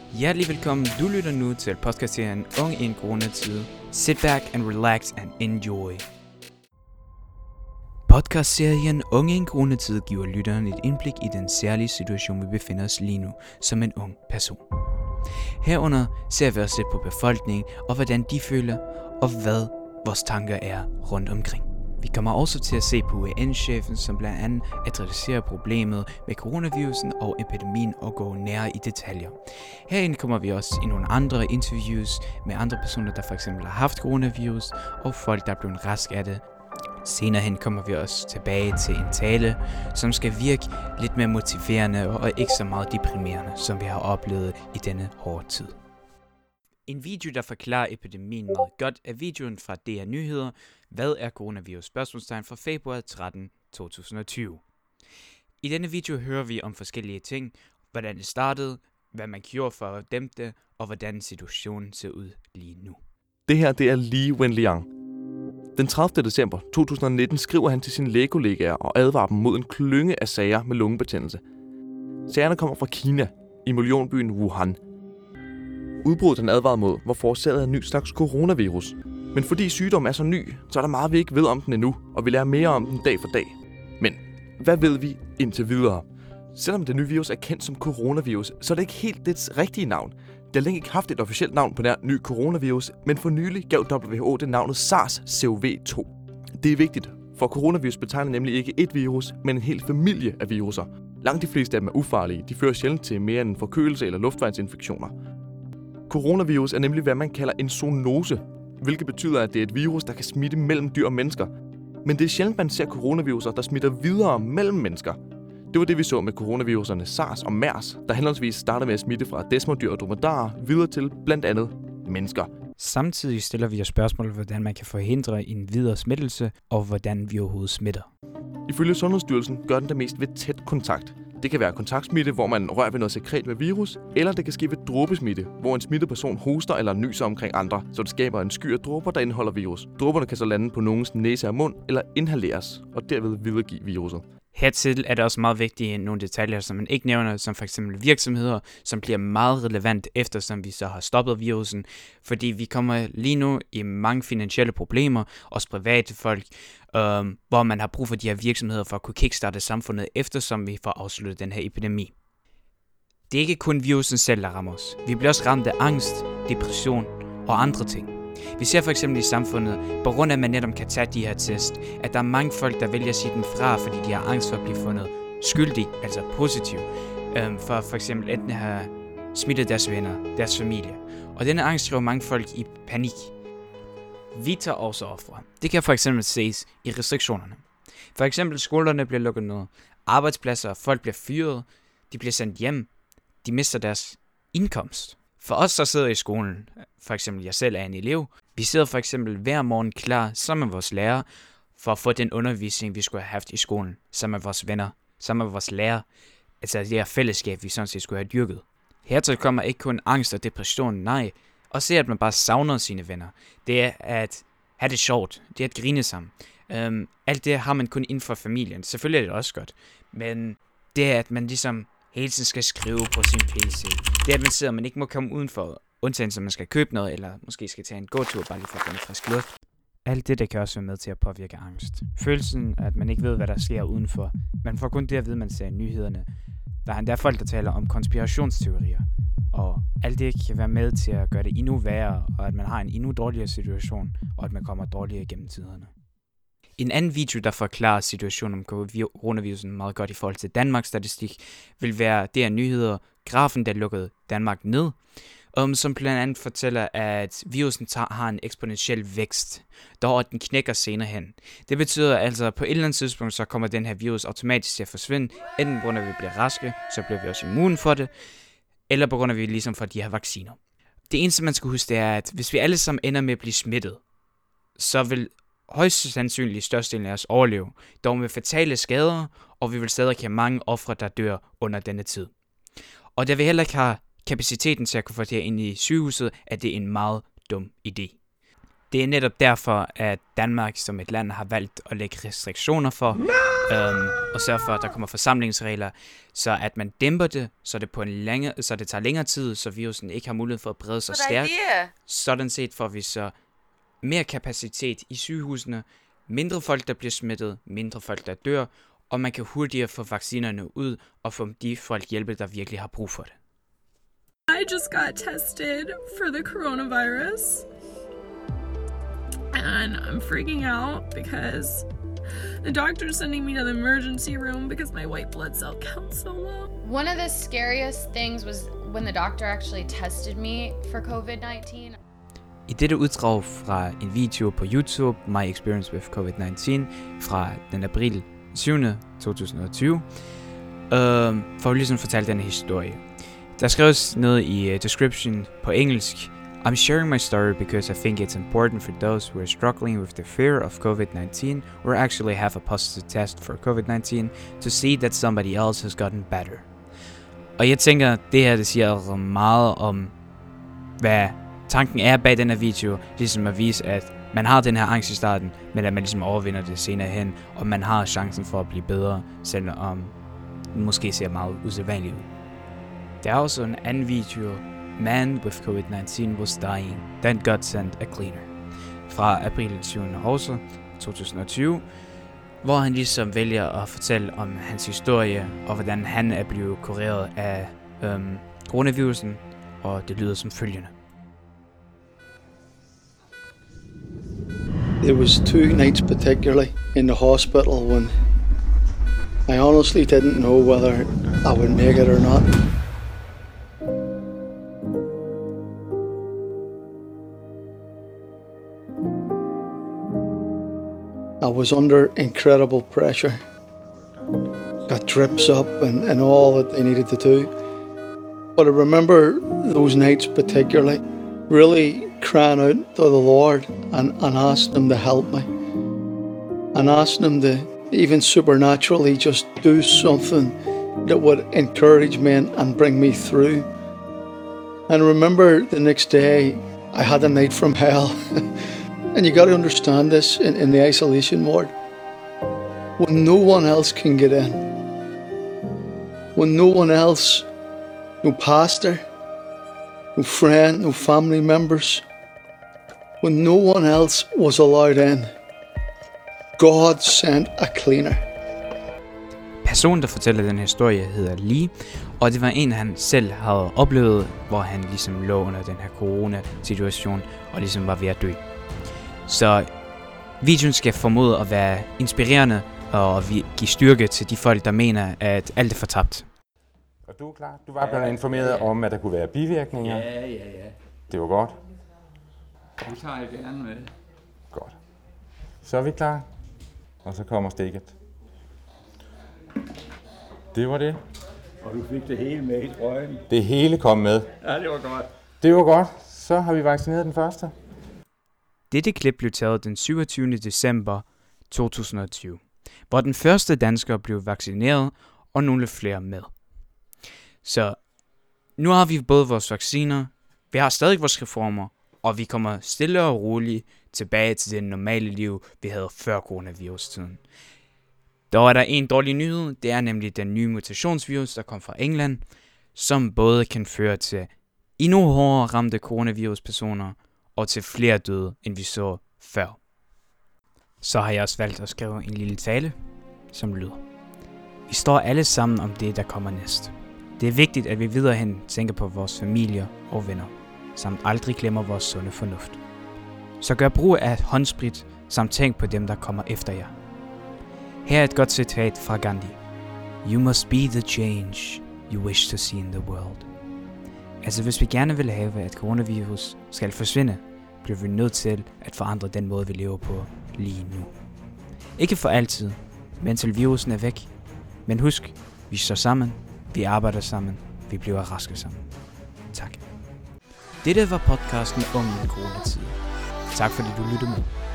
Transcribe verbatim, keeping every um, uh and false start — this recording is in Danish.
Hjertelig velkommen. Du lytter nu til podcastserien Ung i en coronatid. Sit back and relax and enjoy. Podcastserien Ung i en coronatid giver lytteren et indblik i den særlige situation, vi befinder os lige nu som en ung person. Herunder ser vi også lidt på befolkningen og hvordan de føler og hvad vores tanker er rundt omkring. Vi kommer også til at se på U A N-chefen, som blandt andet adresserer problemet med coronavirusen og epidemien og går nær i detaljer. Herinde kommer vi også i nogle andre interviews med andre personer, der for eksempel har haft coronavirus, og folk, der er blevet rask af det. Senere hen kommer vi også tilbage til en tale, som skal virke lidt mere motiverende og ikke så meget deprimerende, som vi har oplevet i denne hårde tid. En video, der forklarer epidemien meget godt, er videoen fra D R Nyheder. Hvad er coronavirus? Spørgsmålstegn fra februar trettende to tusind og tyve. I denne video hører vi om forskellige ting, hvordan det startede, hvad man gjorde for at dæmpe det, og hvordan situationen ser ud lige nu. Det her det er Li Wenliang. Den tredivte december to tusind og nitten skriver han til sine lægekollegaer og advarer dem mod en klynge af sager med lungebetændelse. Sagerne kommer fra Kina, i millionbyen Wuhan. Udbruddet han advarer mod var forårsaget af en ny slags coronavirus. Men fordi sygdommen er så ny, så er der meget vi ikke ved om den endnu, og vi lærer mere om den dag for dag. Men hvad ved vi indtil videre? Selvom det nye virus er kendt som coronavirus, så er det ikke helt dets rigtige navn. Det har længe ikke haft et officielt navn på den ny coronavirus, men for nylig gav W H O det navnet SARS-C o V to. Det er vigtigt, for coronavirus betegner nemlig ikke et virus, men en hel familie af viruser. Langt de fleste af dem er ufarlige, de fører sjældent til mere end forkølelse eller luftvejsinfektioner. Coronavirus er nemlig hvad man kalder en zoonose, hvilket betyder, at det er et virus, der kan smitte mellem dyr og mennesker. Men det er sjældent, man ser coronaviruser, der smitter videre mellem mennesker. Det var det, vi så med coronaviruserne SARS og MERS, der henholdsvis startede med at smitte fra desmodyr og dromedarer videre til blandt andet mennesker. Samtidig stiller vi os spørgsmål, hvordan man kan forhindre en videre smittelse, og hvordan vi overhovedet smitter. Ifølge Sundhedsstyrelsen gør den det mest ved tæt kontakt. Det kan være kontaktsmitte, hvor man rører ved noget sekret med virus, eller det kan ske ved dråbesmitte, hvor en smittet person hoster eller nyser omkring andre, så det skaber en sky af dråber, der indeholder virus. Dråberne kan så lande på nogens næse og mund, eller inhaleres, og derved videregive viruset. Hertil er der også meget vigtige nogle detaljer, som man ikke nævner, som f.eks. virksomheder, som bliver meget relevant, eftersom vi så har stoppet virusen, fordi vi kommer lige nu i mange finansielle problemer, også private folk, øhm, hvor man har brug for de her virksomheder for at kunne kickstarte samfundet, eftersom vi får afsluttet den her epidemi. Det er ikke kun virusen selv, der rammer os. Vi bliver også ramt af angst, depression og andre ting. Vi ser for eksempel i samfundet, på grund af at man netop kan tage de her test, at der er mange folk, der vælger at sige den fra, fordi de har angst for at blive fundet skyldig, altså positiv, øhm, for for eksempel enten at have smittet deres venner, deres familie. Og denne angst driver mange folk i panik. Vi tager også ofre. Det kan for eksempel ses i restriktionerne. For eksempel skolerne bliver lukket ned, arbejdspladser og folk bliver fyret, de bliver sendt hjem, de mister deres indkomst. For os, der sidder i skolen, for eksempel jeg selv er en elev, vi sidder for eksempel hver morgen klar sammen med vores lærer, for at få den undervisning, vi skulle have haft i skolen, sammen med vores venner, sammen med vores lærer, altså det her fællesskab, vi sådan set skulle have dyrket. Hertil kommer ikke kun angst og depression, nej, og se, at man bare savner sine venner. Det er at have det sjovt, det er at grine sammen. Um, alt det har man kun inden for familien, selvfølgelig er det også godt, men det er, at man ligesom hele tiden skal skrive på sin P C. Det er, at man sidder, man ikke må komme udenfor, undtagen så man skal købe noget, eller måske skal tage en gåtur bare lige for at få en frisk luft. Alt det, der kan også være med til at påvirke angst. Følelsen, at man ikke ved, hvad der sker udenfor. Man får kun det at vide, man ser i nyhederne. Der er endda folk, der taler om konspirationsteorier. Og alt det kan være med til at gøre det endnu værre, og at man har en endnu dårligere situation, og at man kommer dårligere igennem tiderne. En anden video, der forklarer situationen om coronavirusen meget godt i forhold til Danmarks statistik, vil være D R Nyheder, grafen, der lukkede Danmark ned, um, som blandt andet fortæller, at virusen tager, har en eksponentiel vækst, dog at den knækker senere hen. Det betyder altså, at på et eller andet tidspunkt, så kommer den her virus automatisk til at forsvinde, enten på grund af, at vi bliver raske, så bliver vi også immun for det, eller på grund af, at vi ligesom får de her vacciner. Det eneste, man skal huske, det er, at hvis vi alle sammen ender med at blive smittet, så vil højst sandsynligt størstedelen af os overleve, dog med fatale skader, og vi vil stadig have mange ofre, der dør under denne tid. Og da vi heller ikke har kapaciteten til at kunne få det her ind i sygehuset, er det en meget dum idé. det er netop derfor, at Danmark som et land har valgt at lægge restriktioner for, øhm, og sørge for, at der kommer forsamlingsregler, så at man dæmper det, så det, på en længere, så det tager længere tid, så virusen ikke har mulighed for at brede sig stærkt. Sådan set får vi så mere kapacitet i sygehusene, mindre folk, der bliver smittet, mindre folk, der dør, og man kan hurtigere få vaccinerne ud og få de folk hjælpe, der virkelig har brug for det. I just got tested for the coronavirus. And I'm freaking out because the doctor's sending me to the emergency room because my white blood cell count's so low. One of the scariest things was when the doctor actually tested me for covid nineteen. I dette uddrag fra en video på YouTube, My Experience with covid nineteen, fra den april syvende to tusind og tyve, øh, får vi ligesom fortalt denne historie. Der skrives noget i uh, description på engelsk: I'm sharing my story because I think it's important for those who are struggling with the fear of covid nineteen or actually have a positive test for covid nineteen to see that somebody else has gotten better. Og jeg tænker, det her det siger meget om, hvad tanken er bag den her video, ligesom at vise, at man har den her angst i starten, men at man ligesom overvinder det senere hen, og man har chancen for at blive bedre, selvom det måske ser meget usædvanligt ud. Der er også en anden video, Man with covid nineteen was dying, then God sent a cleaner, fra april syvende også to tusind og tyve, hvor han ligesom vælger at fortælle om hans historie, og hvordan han er blevet kureret af øhm, coronavirusen, og det lyder som følgende. There was two nights particularly in the hospital when I honestly didn't know whether I would make it or not. I was under incredible pressure. Got drips up and, and all that they needed to do. But I remember those nights particularly really crying out to the Lord and, and asking Him to help me. And asking Him to even supernaturally just do something that would encourage me and, and bring me through. And I remember the next day I had a night from hell. And you got to understand this in, in the isolation ward. When no one else can get in, when no one else, no pastor, no friend, no family members, when no one else was allowed in, God sent a cleaner. Personen, der fortæller den historie, hedder Lee, og det var en, han selv havde oplevet, hvor han ligesom lå under den her corona-situation, og ligesom var ved at dø. Så videoen skal formode at være inspirerende og give styrke til de folk, der mener, at alt er fortabt. Og du er klar? Du var blevet informeret om, at der kunne være bivirkninger? Ja, ja, ja. Det var godt. Det tager jeg gerne med. Godt. Så er vi klar. Og så kommer stikket. Det var det. Og du fik det hele med i trøjen. Det hele kom med. Ja, det var godt. Det var godt. Så har vi vaccineret den første. Dette klip blev taget den syvogtyvende december to tusind og tyve, hvor den første dansker blev vaccineret, og nogle flere med. Så nu har vi både vores vacciner, vi har stadig vores reformer, og vi kommer stille og roligt tilbage til det normale liv, vi havde før coronavirus-tiden. Dog er der en dårlig nyhed, det er nemlig den nye mutationsvirus, der kom fra England, som både kan føre til endnu hårdere ramte coronavirus-personer, og til flere døde, end vi så før. Så har jeg også valgt at skrive en lille tale, som lyder: Vi står alle sammen om det, der kommer næst. Det er vigtigt, at vi viderehen tænker på vores familier og venner, samt aldrig glemmer vores sunde fornuft. Så gør brug af håndsprit, samt tænk på dem, der kommer efter jer. Her er et godt citat fra Gandhi: You must be the change you wish to see in the world. Altså hvis vi gerne vil have, at coronavirus skal forsvinde, bliver vi nødt til at forandre den måde, vi lever på lige nu. Ikke for altid, men til virusen er væk. Men husk, vi står sammen, vi arbejder sammen, vi bliver raske sammen. Tak. Dette var podcasten om min coronatid. Tak fordi du lyttede med.